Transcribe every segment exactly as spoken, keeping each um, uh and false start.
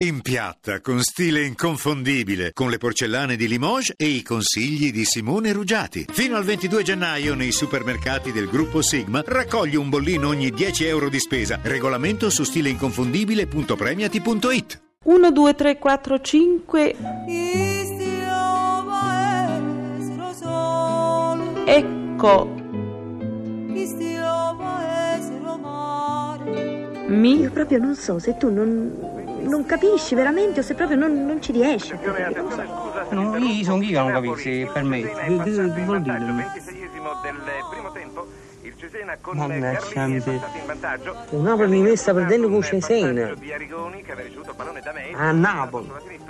In piatta, con stile inconfondibile, con le porcellane di Limoges e i consigli di Simone Ruggiati. Fino al ventidue gennaio nei supermercati del gruppo Sigma raccogli un bollino ogni dieci euro di spesa. Regolamento su stileinconfondibile punto premiati punto it. uno, due, tre, quattro, cinque. Ecco. Mi... Io proprio non so se tu non, non capisci veramente o se proprio non, non ci riesci. No, io sono chi che non capisci, per me. Che vuol dire? Mannaggia, il Napoli mi sta perdendo con Cesena. A Napoli.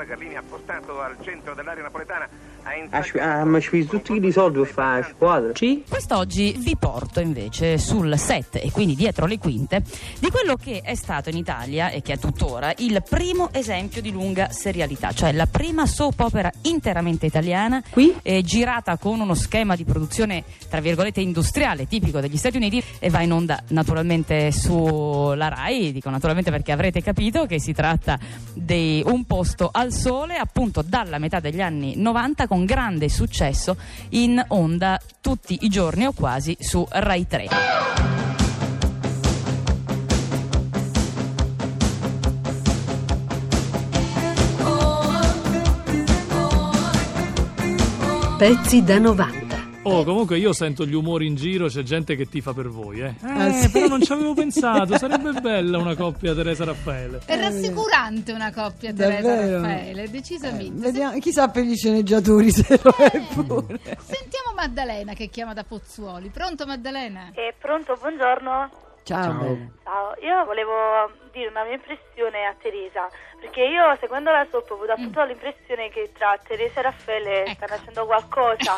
Ah, ma ci tutti i soldi per fare la squadra. Sì? Quest'oggi vi porto invece sul set e quindi dietro le quinte di quello che è stato in Italia e che è tuttora il primo esempio di lunga serialità, cioè la prima soap opera interamente italiana, Qui? eh, girata con uno schema di produzione tra virgolette industriale tipico degli Stati Uniti e va in onda naturalmente sulla Rai. Dico naturalmente perché avrete capito che si tratta di Un posto al sole, appunto dalla metà degli anni novanta, con grande successo in onda tutti i giorni o quasi su Rai tre. Pezzi da novanta. Oh, comunque io sento gli umori in giro, c'è gente che tifa per voi, eh. Eh, Ah, sì? però non ci avevo pensato, sarebbe bella una coppia Teresa Raffaele. È rassicurante una coppia Teresa Davvero? Raffaele, decisamente. Eh, vediamo, chissà per gli sceneggiatori se lo è pure. Sentiamo Maddalena che chiama da Pozzuoli. Pronto Maddalena? Eh, pronto, buongiorno. Ciao. Ciao, io volevo dire una mia impressione a Teresa, perché io seguendo la soap ho avuto appunto l'impressione che tra Teresa e Raffaele Ecco. stanno facendo qualcosa.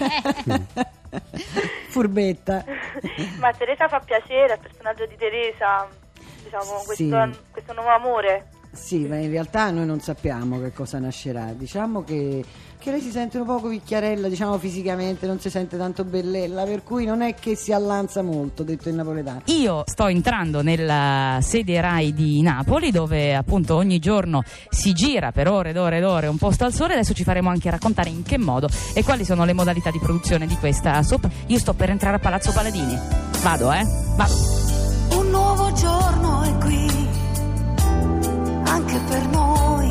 Furbetta. Ma a Teresa fa piacere, al personaggio di Teresa, diciamo, questo, Sì. questo nuovo amore. Sì, ma in realtà noi non sappiamo che cosa nascerà. Diciamo che, che lei si sente un poco vecchiarella, diciamo fisicamente, non si sente tanto bellella, per cui non è che si allanza molto, detto in napoletano. Io sto entrando nella sede Rai di Napoli, dove appunto ogni giorno si gira per ore ed ore ed ore Un posto al sole. Adesso ci faremo anche raccontare in che modo e quali sono le modalità di produzione di questa soap. Io sto per entrare a Palazzo Paladini. Vado, eh? Vado. Un nuovo giorno è qui, anche per noi.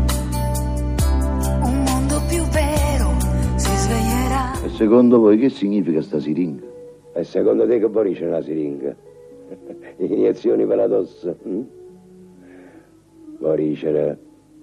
Un mondo più vero si sveglierà. E secondo voi che significa sta siringa? E secondo te che guarisce una siringa? Iniezioni per la tosse? Hm? Guarisce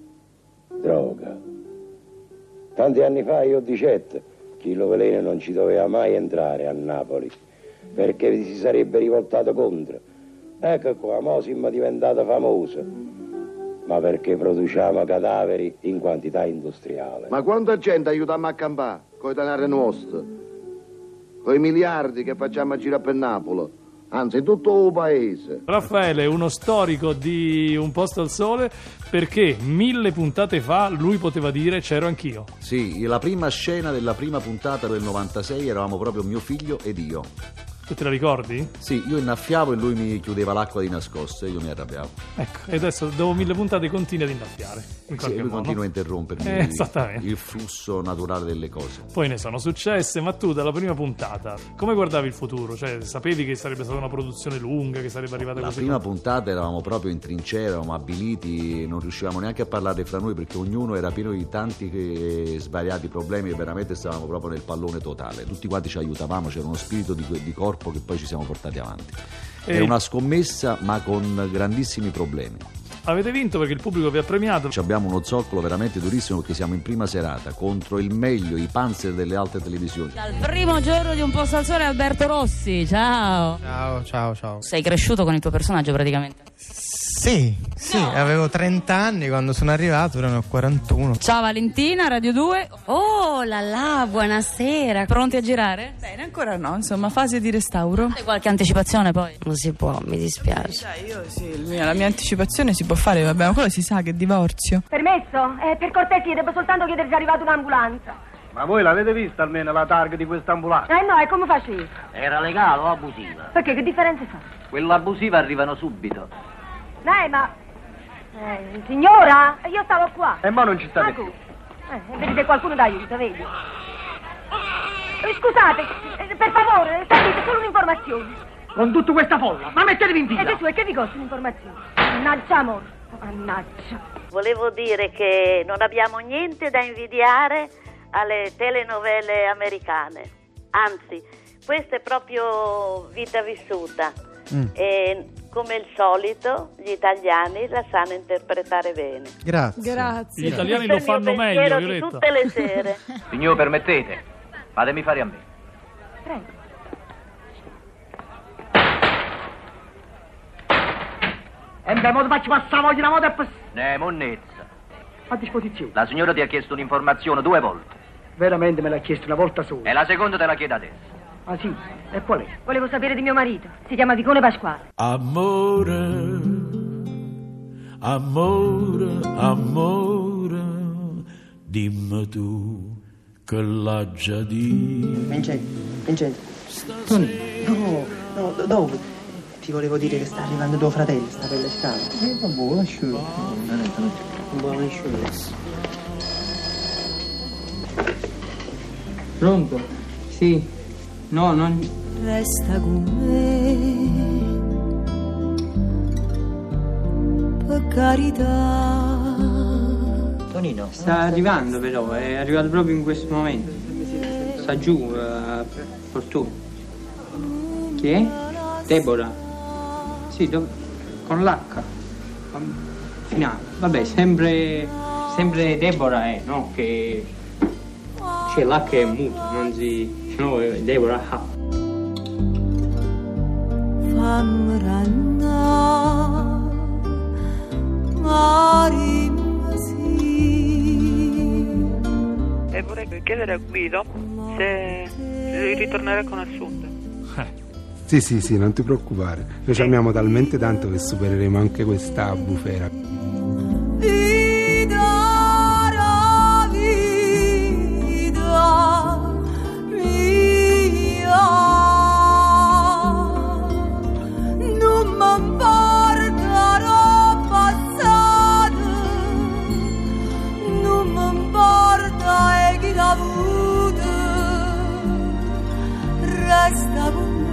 droga. Tanti anni fa io ho dicetto che il veleno non ci doveva mai entrare a Napoli, perché si sarebbe rivoltato contro. Ecco qua, mo siamo diventati famosi, ma perché produciamo cadaveri in quantità industriale. Ma quanta gente aiutiamo a campare con i denari nostri, con i miliardi che facciamo a girare per Napoli, anzi tutto il paese. Raffaele è uno storico di Un posto al sole, perché mille puntate fa lui poteva dire c'ero anch'io. Sì, la prima scena della prima puntata del novantasei eravamo proprio mio figlio ed io. Tu te la ricordi? Sì, io innaffiavo e lui mi chiudeva l'acqua di nascosto e io mi arrabbiavo. Ecco, e adesso dopo mille puntate continua ad innaffiare. In Sì, qualche lui modo. continua a interrompermi Eh, esattamente. il flusso naturale delle cose. Poi ne sono successe, ma tu dalla prima puntata come guardavi il futuro? Cioè, sapevi che sarebbe stata una produzione lunga, che sarebbe arrivata La così? prima tanto? puntata eravamo proprio in trincea, eravamo abiliti, non riuscivamo neanche a parlare fra noi perché ognuno era pieno di tanti che, svariati problemi e veramente stavamo proprio nel pallone totale. Tutti quanti ci aiutavamo, c'era uno spirito di, di corpo che poi ci siamo portati avanti. E Era una scommessa ma con grandissimi problemi. avete vinto perché il pubblico vi ha premiato. Ci abbiamo uno zoccolo veramente durissimo perché siamo in prima serata contro il meglio, i panzer delle altre televisioni. Dal primo giorno di Un posto al sole, Alberto Rossi, ciao. Ciao, ciao, ciao. Sei cresciuto con il tuo personaggio praticamente. Sì, sì, no. Avevo trenta anni quando sono arrivato, ora ne ho quarantuno. Ciao Valentina, Radio due. Oh là là, buonasera. Pronti a girare? Bene, ancora no, insomma, fase di restauro. Hai qualche anticipazione poi? Non si può, mi dispiace. Dai, io sì, il mio- la mia anticipazione si può fare, vabbè, ma quello si sa che è divorzio. Permesso? Eh, per cortesia, devo soltanto chiedere se è arrivata un'ambulanza. Ma voi l'avete vista almeno la targa di quest'ambulanza? Eh no, e come facevi? Era legale o abusiva? Perché, che differenza fa? Quella abusiva arrivano subito. Eh, ma... Eh, signora, io stavo qua. E mo non ci state Ecco. più. Eh, vedi se qualcuno d'aiuto, vedi? Eh, scusate, eh, per favore, sentite, solo un'informazione. Con tutta questa folla, ma mettetevi in E fila. Gesù, e che vi costa un'informazione? Mannaggia, amore. Mannaggia. Volevo dire che non abbiamo niente da invidiare alle telenovele americane. Anzi, questa è proprio vita vissuta. Mm. E come il solito, gli italiani la sanno interpretare bene. Grazie. Grazie. Gli italiani lo fanno meglio, Violetta. Violetta. Di tutte le sere. Signor, permettete? Fatemi fare a me. Prego. E beh, mo ti faccio passare voglia una moto e pass... Ne, monnezza. A disposizione. La signora ti ha chiesto un'informazione due volte. Veramente me l'ha chiesto una volta sola. E la seconda te la chiedo adesso. Ah sì? E qual è? Volevo sapere di mio marito. Si chiama Vicone Pasquale. Amore, amore, amore, dimmi tu che l'ha già detto. Vincenzo, Vincenzo. No, no, dove? Ti volevo dire che sta arrivando tuo fratello, sta per le scale. Eh, vabbè, lascialo. Un buon lascialo. Pronto? Sì. No, non... Resta con me, per carità. Tonino. Sta arrivando però, è arrivato proprio in questo momento. Sta giù, a Fortuna. Chi è? Deborah. Sì, dove? Con l'H. Finale. Vabbè, sempre, sempre Deborah è, no? Che c'è l'H è muto, non si... no, è Deborah H. Fammi rannare, marimma sì. E vorrei chiedere a Guido se devi ritornare con Assunta. Sì, sì, sì, non ti preoccupare. Noi ci amiamo talmente tanto che supereremo anche questa bufera. Vida, vida mia, non m'importerò passato, non m'importa e chi l'ha avuto, resta con me.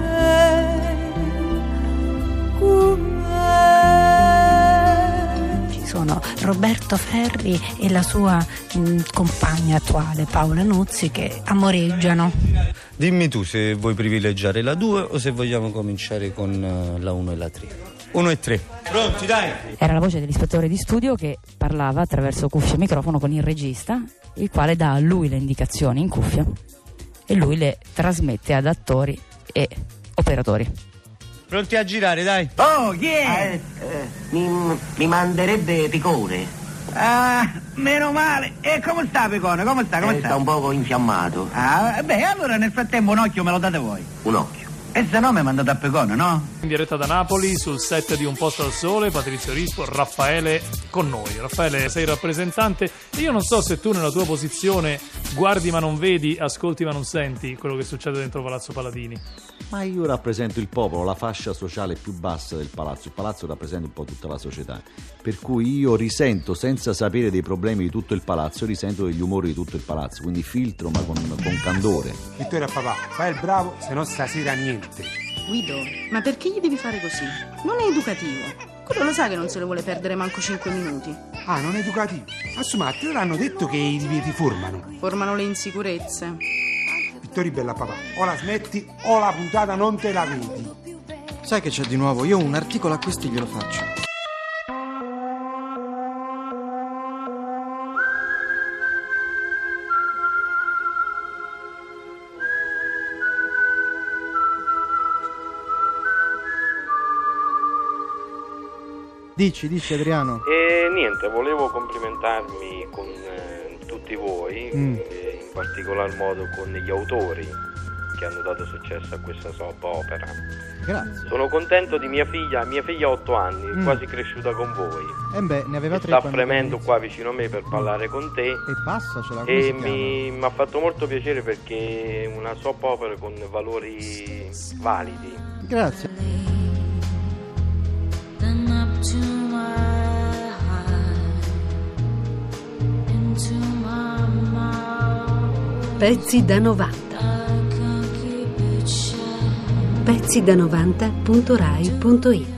Ci sono Roberto Ferri e la sua mh, compagna attuale Paola Nuzzi che amoreggiano. Dimmi tu se vuoi privilegiare la due o se vogliamo cominciare con uh, la uno e la tre. uno e tre. Pronti, dai! Era la voce dell'ispettore di studio che parlava attraverso cuffia e microfono con il regista, il quale dà a lui le indicazioni in cuffia e lui le trasmette ad attori e operatori. Pronti a girare, dai. Oh, yeah! Eh, eh, mi, mi manderebbe Picone. Ah, meno male. E come sta Picone? Come sta? Come Eh, sta? sta un poco infiammato. Ah, beh, allora nel frattempo un occhio me lo date voi. Un occhio. E se no mi mandate a Picone, no? In diretta da Napoli, sul set di Un posto al sole, Patrizio Rispo, Raffaele con noi. Raffaele, sei rappresentante. Io non so se tu nella tua posizione guardi ma non vedi, ascolti ma non senti quello che succede dentro Palazzo Paladini. Ma io rappresento il popolo, la fascia sociale più bassa del palazzo. Il palazzo rappresenta un po' tutta la società. Per cui io risento, senza sapere dei problemi di tutto il palazzo, risento degli umori di tutto il palazzo. Quindi filtro, ma con, con candore. Vittorio papà, fai il bravo, se no stasera niente. Guido, ma perché gli devi fare così? Non è educativo. Quello lo sa che non se lo vuole perdere manco cinque minuti. Ah, non è educativo? Assumate, te l'hanno detto che i divieti formano. Formano le insicurezze. Vittorio bella papà, o la smetti o la puntata non te la vedi. Sai che c'è di nuovo? Io un articolo a questi glielo faccio. Dici, dici Adriano. E niente, volevo complimentarmi con eh, tutti voi, Mm. e in particolar modo con gli autori che hanno dato successo a questa soap opera. Grazie. Sono contento di mia figlia, mia figlia ha otto anni, Mm. quasi cresciuta con voi. Eh beh, ne aveva Che tre sta quando fremendo inizia. qua vicino a me per parlare con te. E passacela, come E si chiama? mi mi ha fatto molto piacere perché è una soap opera con valori validi. Grazie. Then up to my heart. Pezzi da novanta. pezzi da novanta punto rai punto it